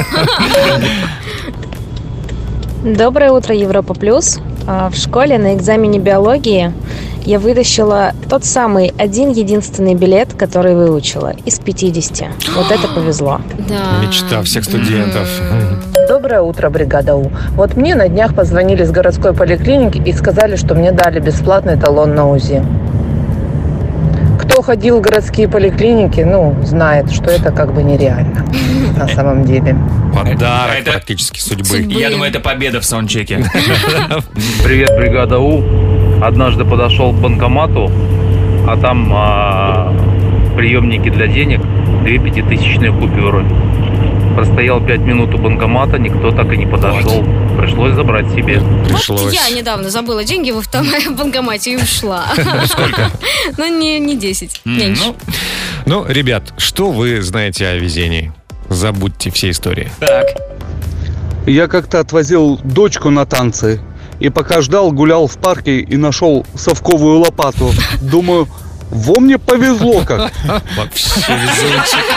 Доброе утро, Европа Плюс. В школе на экзамене биологии я вытащила тот самый единственный билет, который выучила из 50. Вот это повезло. Да. Мечта всех студентов. Доброе утро, бригада У. Вот мне на днях позвонили с городской поликлиники и сказали, что мне дали бесплатный талон на УЗИ. Кто ходил в городские поликлиники, знает, что это как бы нереально на самом деле. Подарок практически судьбы. Я думаю, это победа в саундчеке. Привет, бригада У. Однажды подошел к банкомату, а там приемники для денег, 2 пятитысячные купюры. Простоял 5 минут у банкомата, никто так и не подошел. Пришлось забрать себе. Вот я недавно забыла деньги в банкомате и ушла. Сколько? Ну, не 10, меньше. Ну, ребят, что вы знаете о везении? Забудьте все истории. Так. Я как-то отвозил дочку на танцы. И пока ждал, гулял в парке и нашел совковую лопату. Думаю, во мне повезло как. Вообще везунчик.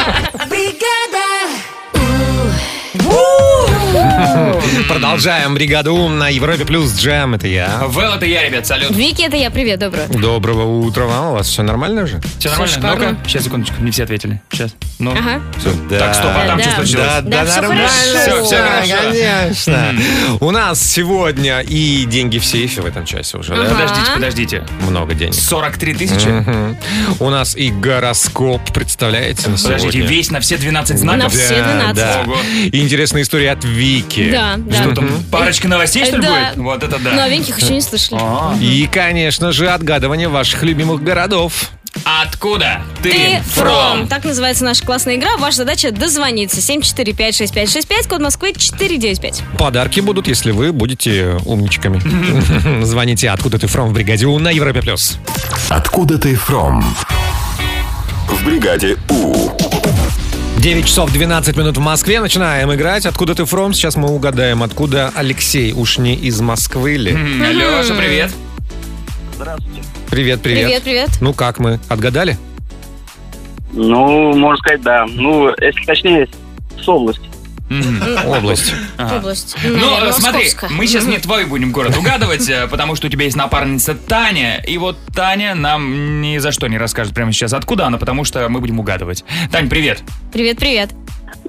Продолжаем бригаду на Европе Плюс. Джем, это я. Вэл, это я, ребят, салют. Вики, это я, привет, доброе. Доброго утра вам. У вас все нормально же? Все нормально? Ну-ка, сейчас, секундочку, не все ответили. Сейчас. Ну. Ага. Все, да. Так, стоп, а там что случилось? Да, всё нормально. хорошо. Все хорошо. Конечно. У нас сегодня и деньги в сейфе в этом часе уже. Да? Подождите. Много денег. 43 тысячи? У нас и гороскоп, представляете, на сегодня. Подождите, весь на все 12 знаков? На все 12. Да. Ого. И интересная история от Вики. Да. Что там, парочка новостей, что ли, Да. будет? Вот это да. Новеньких еще не слышали. И, конечно же, отгадывание ваших любимых городов. Откуда Ты from. Так называется наша классная игра. Ваша задача дозвониться. 745-6565, код Москвы 495. Подарки будут, если вы будете умничками. Звоните «Откуда ты from» в бригаде У на Европе Плюс. Откуда ты from? В бригаде У. 9 часов 12 минут в Москве. Начинаем играть. «Откуда ты from?» Сейчас мы угадаем, откуда Алексей. Уж не из Москвы ли? Леша, привет. Здравствуйте. Привет. Привет. Ну как мы? Отгадали? Ну, можно сказать, да. Ну, если точнее, с области. Область. Область. Ну, смотри, Московская. мы сейчас не твой будем город угадывать, потому что у тебя есть напарница Таня, и вот Таня нам ни за что не расскажет прямо сейчас, откуда она, потому что мы будем угадывать. Тань, привет. Привет.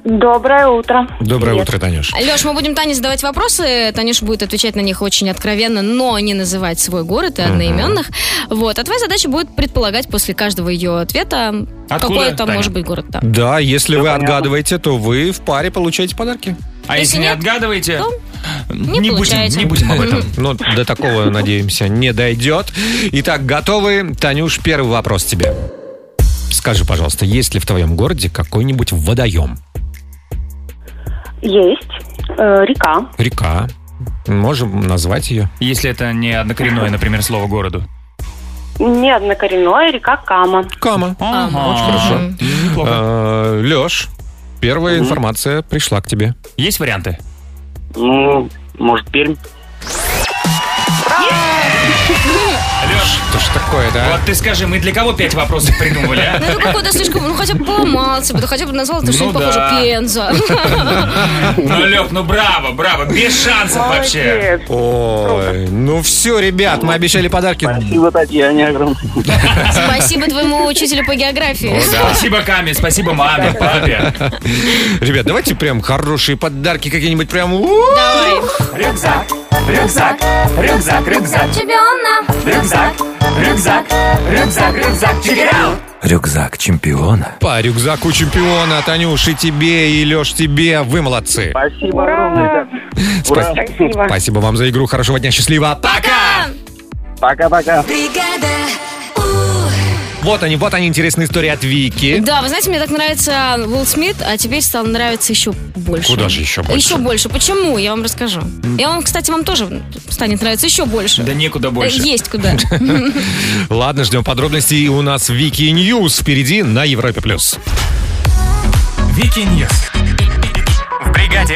Доброе утро. Доброе утро, Танюш. Леш, мы будем Тане задавать вопросы. Танюша будет отвечать на них очень откровенно, но не называть свой город и одноименных. Вот. А твоя задача будет предполагать после каждого ее ответа, какой это может быть город. Да, если вы отгадываете, то вы в паре получаете подарки. А если не отгадываете, не будем об этом. Ну, до такого, надеемся, не дойдет. Итак, готовы? Танюш, первый вопрос тебе. Скажи, пожалуйста, есть ли в твоем городе какой-нибудь водоем? Есть. Река. Река. Можем назвать ее? Если это не однокоренное, например, слово городу. Не однокоренное, река Кама. Кама. Очень хорошо. Неплохо. Леш, первая информация пришла к тебе. Есть варианты? Ну, может, Пермь. Леш, что ж такое, да? Вот ты скажи, мы для кого 5 вопросов придумывали, а? Ну, это какой-то слишком, ну, хотя бы поломался, хотя бы назвал это что-нибудь похоже, Пенза. Ну, Лёх, ну браво, без шансов вообще. Ой, ну все, ребят, мы обещали подарки. Спасибо, Татьяне, огромное. Спасибо твоему учителю по географии. Спасибо, Каме, спасибо маме, папе. Ребят, давайте прям хорошие подарки какие-нибудь прям. Давай. Рюкзак, рюкзак, рюкзак, рюкзак. Чемпиона. Рюкзак, рюкзак, рюкзак, рюкзак. Check it out. Рюкзак чемпиона. По рюкзаку чемпиона, Танюш, и тебе, и Леш, тебе. Вы молодцы. Спасибо огромное. Спасибо. Спасибо вам за игру. Хорошего дня, счастливо. Пока! Пока-пока. Вот они, интересные истории от Вики. Да, вы знаете, мне так нравится Уилл Смит, а теперь стал нравиться еще больше. Куда же еще больше? Еще больше. Почему? Я вам расскажу. И он, кстати, вам тоже станет нравиться еще больше. Да некуда больше. Есть куда. Ладно, ждем подробностей. У нас Вики Ньюс впереди на Европе+. Вики Ньюс. В бригаде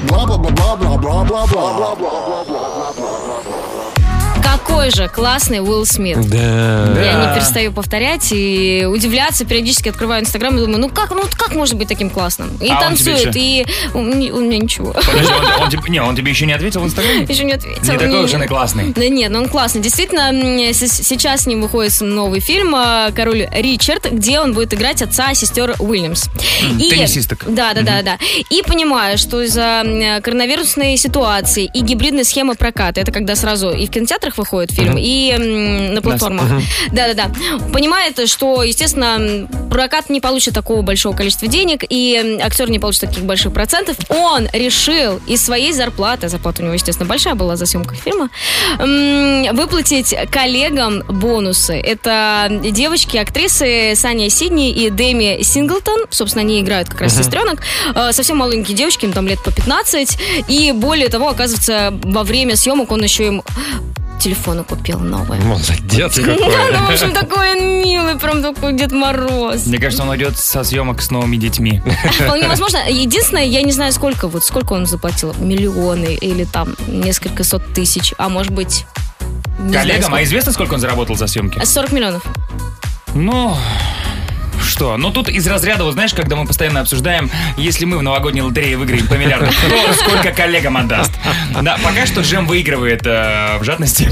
Какой же классный Уилл Смит. Да. Я не перестаю повторять и удивляться. Периодически открываю Инстаграм и думаю, ну как может быть таким классным? И танцует, и у меня ничего. Подожди, он тебе еще не ответил в Инстаграме? Еще не ответил. Не такой уж он и классный. Да нет, он классный. Действительно, сейчас с ним выходит новый фильм «Король Ричард», где он будет играть отца сестер Уильямс. Теннисисток. Да. И понимая, что из-за коронавирусной ситуации и гибридной схемы проката, это когда сразу и в кинотеатрах выходит фильм, и на платформах. Да. Понимает, что, естественно, прокат не получит такого большого количества денег, и актер не получит таких больших процентов. Он решил из своей зарплаты, зарплата у него, естественно, большая была за съемкой фильма, выплатить коллегам бонусы. Это девочки, актрисы Саня Сидни и Дэми Синглтон. Собственно, они играют как раз сестренок. Совсем маленькие девочки, им там лет по 15. И более того, оказывается, во время съемок он еще им телефоны купил новые. Молодец какой. Ну, в общем, такой он милый, прям такой Дед Мороз. Мне кажется, он идет со съемок с новыми детьми. Вполне возможно. Единственное, я не знаю, сколько он заплатил. Миллионы или там несколько сот тысяч, а может быть... Коллегам, а известно, сколько он заработал за съемки? 40 миллионов. Ну... Что? Ну, тут из разряда, вот знаешь, когда мы постоянно обсуждаем, если мы в новогодней лотерее выиграем по миллиарду, то сколько коллегам отдаст? Да, пока что Джем выигрывает в жадности.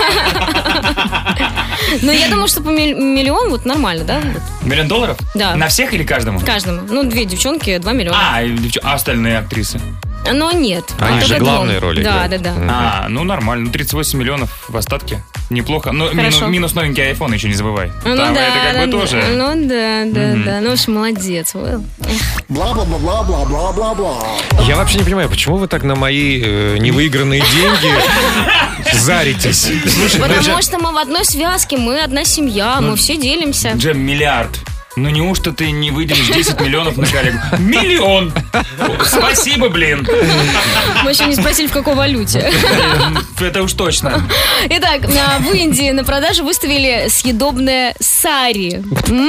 Ну, я думаю, что по миллион вот нормально, да? $1 миллион? Да. На всех или каждому? Каждому. Ну, 2 девчонки, 2 миллиона. А остальные актрисы? Но нет. Они же главные роли играют. Да. Ну нормально. Ну, 38 миллионов в остатке. Неплохо. Но минус новенький iPhone еще не забывай. Ну там да, это как бы тоже. Ну да. Ну уж молодец, Уилл. Бла-бла-бла-бла-бла-бла-бла. Я вообще не понимаю, почему вы так на мои невыигранные деньги заритесь? Потому что мы в одной связке, мы одна семья, мы все делимся. Джем, миллиард. Ну неужто ты не выделишь 10 миллионов на коллегу? Миллион! Спасибо, блин! Мы еще не спросили, в какой валюте. Это уж точно. Итак, в Индии на продажу выставили съедобное сари.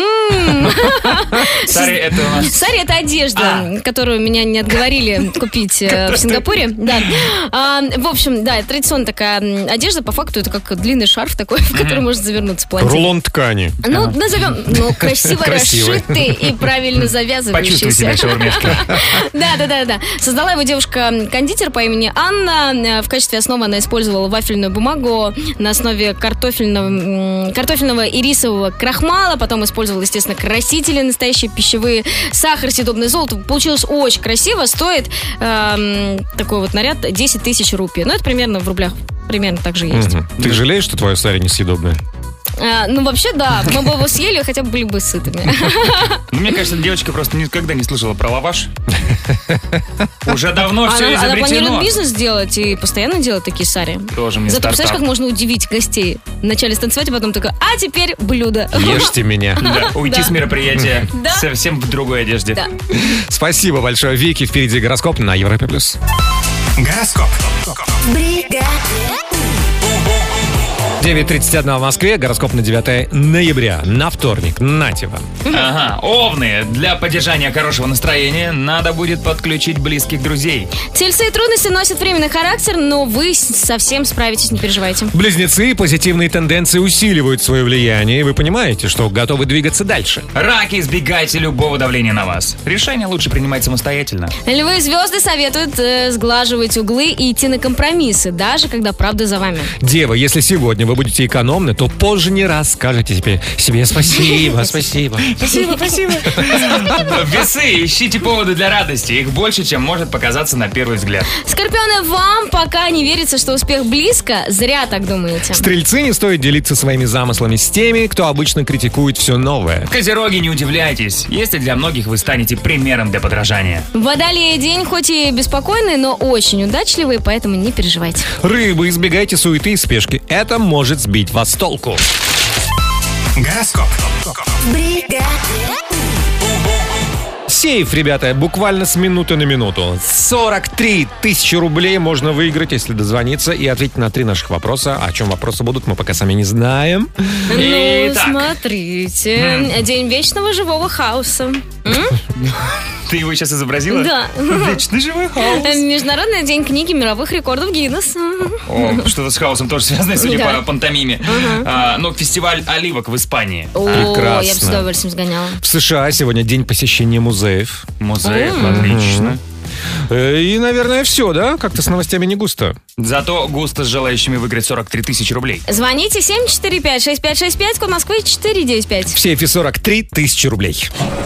Сари это у нас... Сари это одежда, которую меня не отговорили купить в Сингапуре. Да. В общем, да, традиционная такая одежда, по факту это как длинный шарф такой, в который можно завернуться платье. Рулон ткани. Ну, назовем, красиво красивый. шитый и правильно завязывающийся. Почувствуй себя шаурмешкой. Да. Создала его девушка-кондитер по имени Анна. В качестве основы она использовала вафельную бумагу на основе картофельного и рисового крахмала. Потом использовала, естественно, красители настоящие пищевые, сахар, съедобное золото. Получилось очень красиво. Стоит такой вот наряд 10 тысяч рупий. Ну, это примерно в рублях. Примерно так же есть. Ты жалеешь, что твое сари несъедобное? Ну, вообще, да. Мы бы его съели, хотя бы были бы сытыми. Ну, мне кажется, девочка просто никогда не слышала про лаваш. Уже давно все Она изобретено. планирует бизнес делать и постоянно делает такие сари. Тоже мне Зато стартап. представляешь, как можно удивить гостей? Вначале станцевать, а потом такой, а теперь блюдо. Ешьте меня. Да, уйти Да. с мероприятия Да. совсем в другой одежде. Да. Спасибо большое, Вики. Впереди гороскоп на Европе+. Гороскоп. 9:31 в Москве, гороскоп на 9 ноября, на вторник, нате вам. Ага, овны. Для поддержания хорошего настроения надо будет подключить близких друзей. Тельцы и трудности носят временный характер, но вы совсем справитесь, не переживайте. Близнецы, позитивные тенденции усиливают свое влияние, и вы понимаете, что готовы двигаться дальше. Раки, избегайте любого давления на вас. Решение лучше принимать самостоятельно. Львы и звезды советуют сглаживать углы и идти на компромиссы, даже когда правда за вами. Дева, если сегодня вы будете экономны, то позже не раз скажете себе спасибо, спасибо. Спасибо. Весы, ищите поводы для радости. Их больше, чем может показаться на первый взгляд. Скорпионы, вам пока не верится, что успех близко, зря так думаете. Стрельцы, не стоит делиться своими замыслами с теми, кто обычно критикует все новое. Козероги, не удивляйтесь, если для многих вы станете примером для подражания. Водолеи, день хоть и беспокойный, но очень удачливый, поэтому не переживайте. Рыбы, избегайте суеты и спешки. Это может сбить вас с толку. Гороскоп. Сейф, ребята, буквально с минуты на минуту. 43 тысячи рублей можно выиграть, если дозвониться и ответить на 3 наших вопроса. О чем вопросы будут, мы пока сами не знаем. Ну, Итак. смотрите. День вечного живого хаоса. Ты его сейчас изобразила? Да. Вечный живой хаос. Международный день книги мировых рекордов Гиннесса. О, что-то с хаосом тоже связано, судя Да. по пантомиме. Ну, фестиваль оливок в Испании. О, Прекрасно. я бы с удовольствием сгоняла. В США сегодня день посещения музеев. Музеев, отлично. И, наверное, все, да? Как-то с новостями не густо. Зато густо с желающими выиграть 43 тысячи рублей. Звоните 745-6565, код Москвы 495. В сейфе 43 тысячи рублей.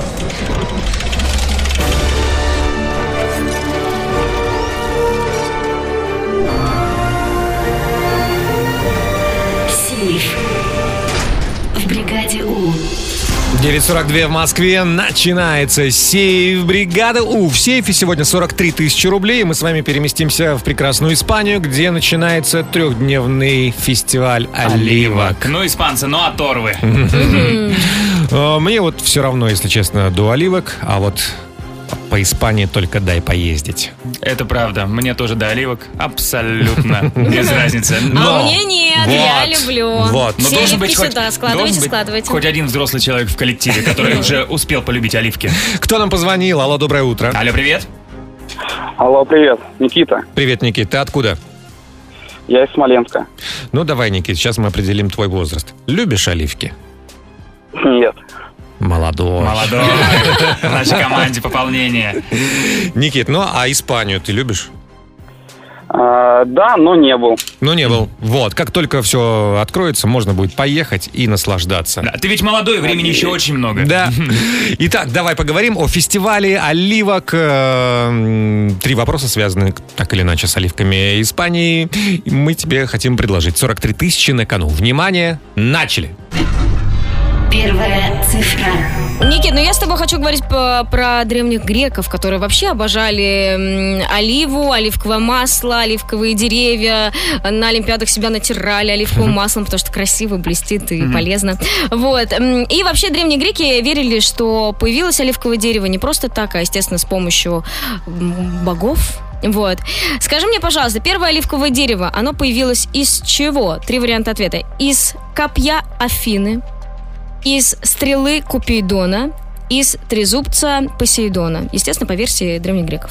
Сейф в бригаде У. 9:42 в Москве. Начинается сейф бригады У. В сейфе сегодня 43 тысячи рублей. Мы с вами переместимся в прекрасную Испанию, где начинается 3-дневный фестиваль оливок. Ну, испанцы, ну, оторвы. Мне вот все равно, если честно, до оливок, а вот по Испании только дай поездить. Это правда. Мне тоже до оливок абсолютно без разницы. А мне нет, я люблю. Вот. Но Все должен быть оливки хоть, сюда, складывайте, должен быть складывайте. хоть один взрослый человек в коллективе, который уже успел полюбить оливки. Кто нам позвонил? Алло, доброе утро. Алло, привет. Алло, привет, Никита. Привет, Никит. Ты откуда? Я из Смоленска. Ну, давай, Никит, сейчас мы определим твой возраст. Любишь оливки? Нет. Молодой. Молодой. В нашей команде пополнение. Никит, ну а Испанию ты любишь? Да, но не был. Ну, не был. Вот, как только все откроется, можно будет поехать и наслаждаться. Да, ты ведь молодой, времени еще очень много. Да. Итак, давай поговорим о фестивале оливок. 3 вопроса связаны так или иначе с оливками Испании. Мы тебе хотим предложить 43 тысячи на кону. Внимание, начали. Первая цифра. Никит, ну я с тобой хочу говорить про древних греков, которые вообще обожали оливу, оливковое масло, оливковые деревья. На Олимпиадах себя натирали оливковым маслом, потому что красиво, блестит и полезно. Вот. И вообще древние греки верили, что появилось оливковое дерево не просто так, а, естественно, с помощью богов. Вот. Скажи мне, пожалуйста, первое оливковое дерево, оно появилось из чего? 3 варианта ответа. Из копья Афины, из стрелы Купидона, из трезубца Посейдона. Естественно, по версии древних греков.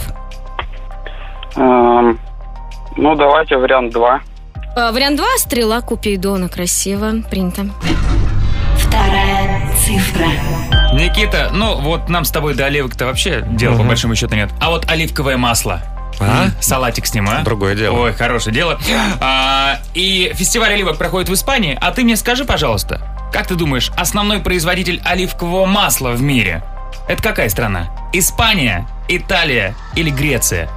Ну, давайте вариант 2. Вариант 2 – стрела Купидона. Красиво. Принято. Вторая цифра. Никита, ну вот нам с тобой до оливок-то вообще дела по большому счету нет. А вот оливковое масло. Салатик с ним, а? Другое дело. Ой, хорошее дело. И фестиваль оливок проходит в Испании. А ты мне скажи, пожалуйста, как ты думаешь, основной производитель оливкового масла в мире — это какая страна? Испания, Италия или Греция?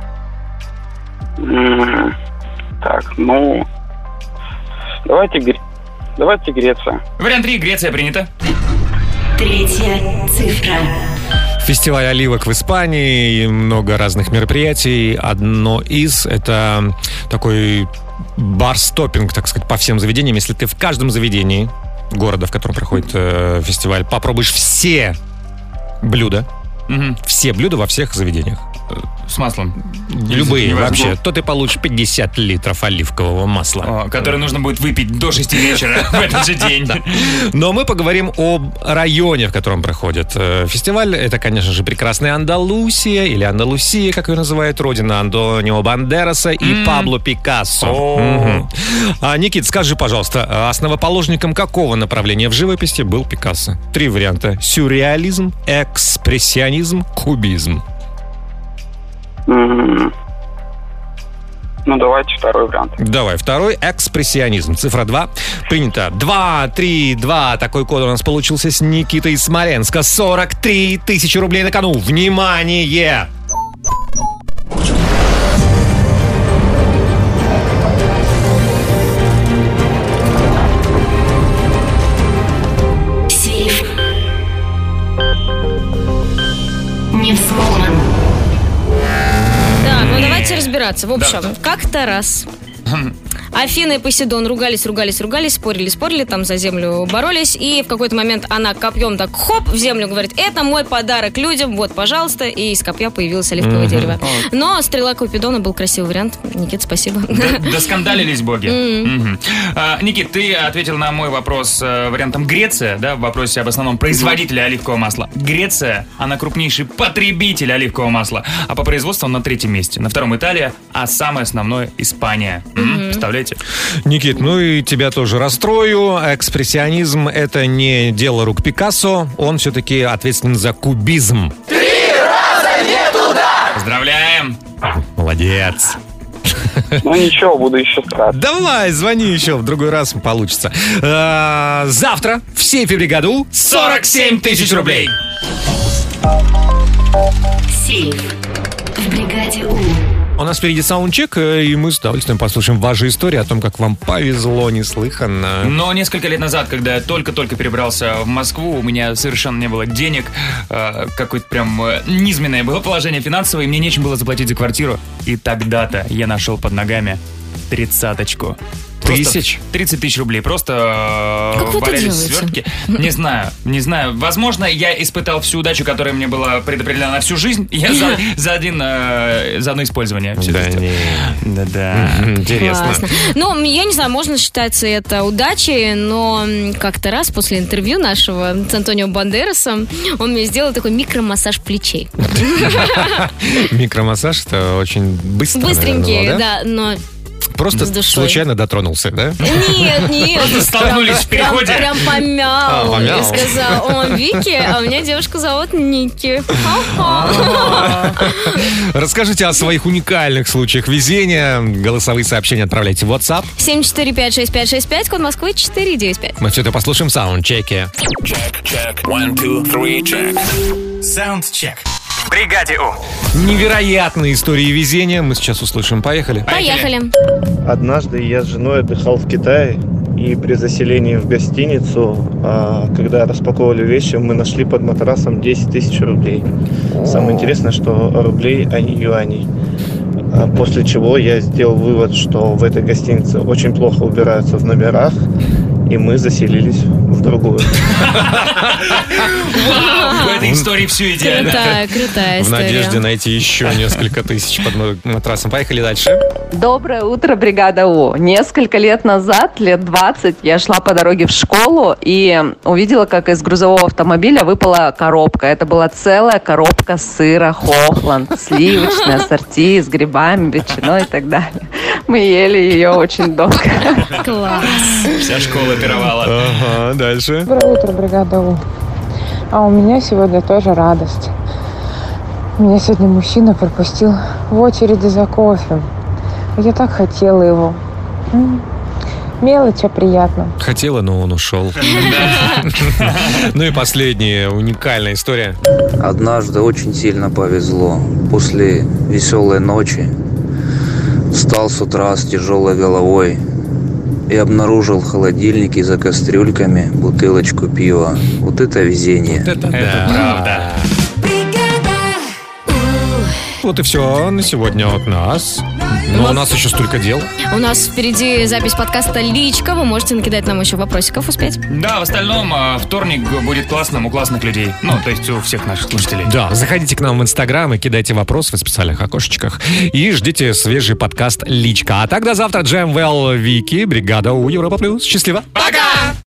Так, ну... Давайте Греция. Вариант 3. Греция принято. Третья цифра. Фестиваль оливок в Испании, много разных мероприятий. Одно из — это такой бар-стоппинг, так сказать, по всем заведениям. Если ты в каждом заведении города, в котором проходит фестиваль, попробуешь все блюда, все блюда во всех заведениях. С маслом. Любые вообще. То ты получишь 50 литров оливкового масла. Которое нужно будет выпить до 6 вечера в этот же день. Но мы поговорим об районе, в котором проходит фестиваль. Это, конечно же, прекрасная Андалусия, или Андалусия, как ее называют, родина Антонио Бандераса и Пабло Пикассо. Никит, скажи, пожалуйста, основоположником какого направления в живописи был Пикассо? 3 варианта. Сюрреализм, экспрессионизм, кубизм. Ну, давайте второй вариант. Давай, второй — экспрессионизм. Цифра 2 принято. 2, 3, 2. Такой код у нас получился с Никитой из Смоленска. 43 тысячи рублей на кону. Внимание! Сейф не взломан. Так, ну давайте разбираться. В общем, как-то раз Афина и Посейдон ругались, спорили, там за землю боролись. И в какой-то момент она копьем так хоп в землю говорит: это мой подарок людям, вот, пожалуйста. И из копья появилось оливковое дерево. Но стрела Купидона был красивый вариант. Никит, спасибо. Доскандалились боги. Никит, ты ответил на мой вопрос вариантом Греция, да, в вопросе об основном производителе оливкового масла. Греция, она крупнейший потребитель оливкового масла. А по производству он на 3-м месте. На 2-м Италия, а самое основное Испания. Представляете? Никит, ну и тебя тоже расстрою. Экспрессионизм — это не дело рук Пикассо. Он все-таки ответственен за кубизм. 3 раза не туда! Поздравляем! Молодец. Ну ничего, буду еще стараться. Давай, звони еще, в другой раз получится. Завтра в сейфе бригаду 47 тысяч рублей. Сейф в бригаде У. У нас впереди саундчек, и мы с удовольствием послушаем ваши истории о том, как вам повезло неслыханно. Но несколько лет назад, когда я только-только перебрался в Москву, у меня совершенно не было денег, какое-то прям низменное было положение финансовое, и мне нечем было заплатить за квартиру. И тогда-то я нашел под ногами 30-очку. Тысяч? 30 тысяч рублей. Просто валялись свертки. Не знаю. Возможно, я испытал всю удачу, которая мне была предопределена на всю жизнь. Я за одно использование. Да. Интересно. Классно. Ну, я не знаю, можно считать это удачей, но как-то раз после интервью нашего с Антонио Бандерасом он мне сделал такой микромассаж плечей. Микромассаж — это очень быстро. Быстренький, да, но... Просто случайно дотронулся, да? Нет. Просто столкнулись в переходе. Прям помял. И сказал: он Вики, а у меня девушку зовут Ники. Расскажите о своих уникальных случаях везения. Голосовые сообщения отправляйте в WhatsApp. 7456565, код Москвы 495. Мы все это послушаем в саундчеке. Check. 1, 2, 3, check. Саундчек. В бригаде У. Невероятные истории везения мы сейчас услышим. Поехали. Однажды я с женой отдыхал в Китае, и при заселении в гостиницу, когда распаковывали вещи, мы нашли под матрасом 10 тысяч рублей. Самое интересное, что рублей, а не юаней. После чего я сделал вывод, что в этой гостинице очень плохо убираются в номерах, и мы заселились в другую. В этой истории все идеально. Крутая история. В надежде найти еще несколько тысяч под матрасом. Поехали дальше. Доброе утро, бригада У. Несколько лет назад, лет 20, я шла по дороге в школу и увидела, как из грузового автомобиля выпала коробка. Это была целая коробка сыра Хохланд, сливочное ассорти с грибами, ветчиной и так далее. Мы ели ее очень долго. Класс. Вся школа пировала. Ага, дальше. Доброе утро, бригада У. А у меня сегодня тоже радость. Меня сегодня мужчина пропустил в очереди за кофе. Я так хотела его. Мелочь, а приятно. Хотела, но он ушел. Ну и последняя уникальная история. Однажды очень сильно повезло. После веселой ночи встал с утра с тяжелой головой и обнаружил в холодильнике за кастрюльками бутылочку пива. Вот это везение. Это правда. Вот и все на сегодня от нас. Но у нас еще столько дел. У нас впереди запись подкаста «Личка». Вы можете накидать нам еще вопросиков, успеть. Да, в остальном вторник будет классным у классных людей. Ну, то есть у всех наших слушателей. Да, заходите к нам в Инстаграм и кидайте вопросы в специальных окошечках. И ждите свежий подкаст «Личка». А тогда завтра Джем Well, Вики, бригада У, Европа Плюс. Счастливо! Пока!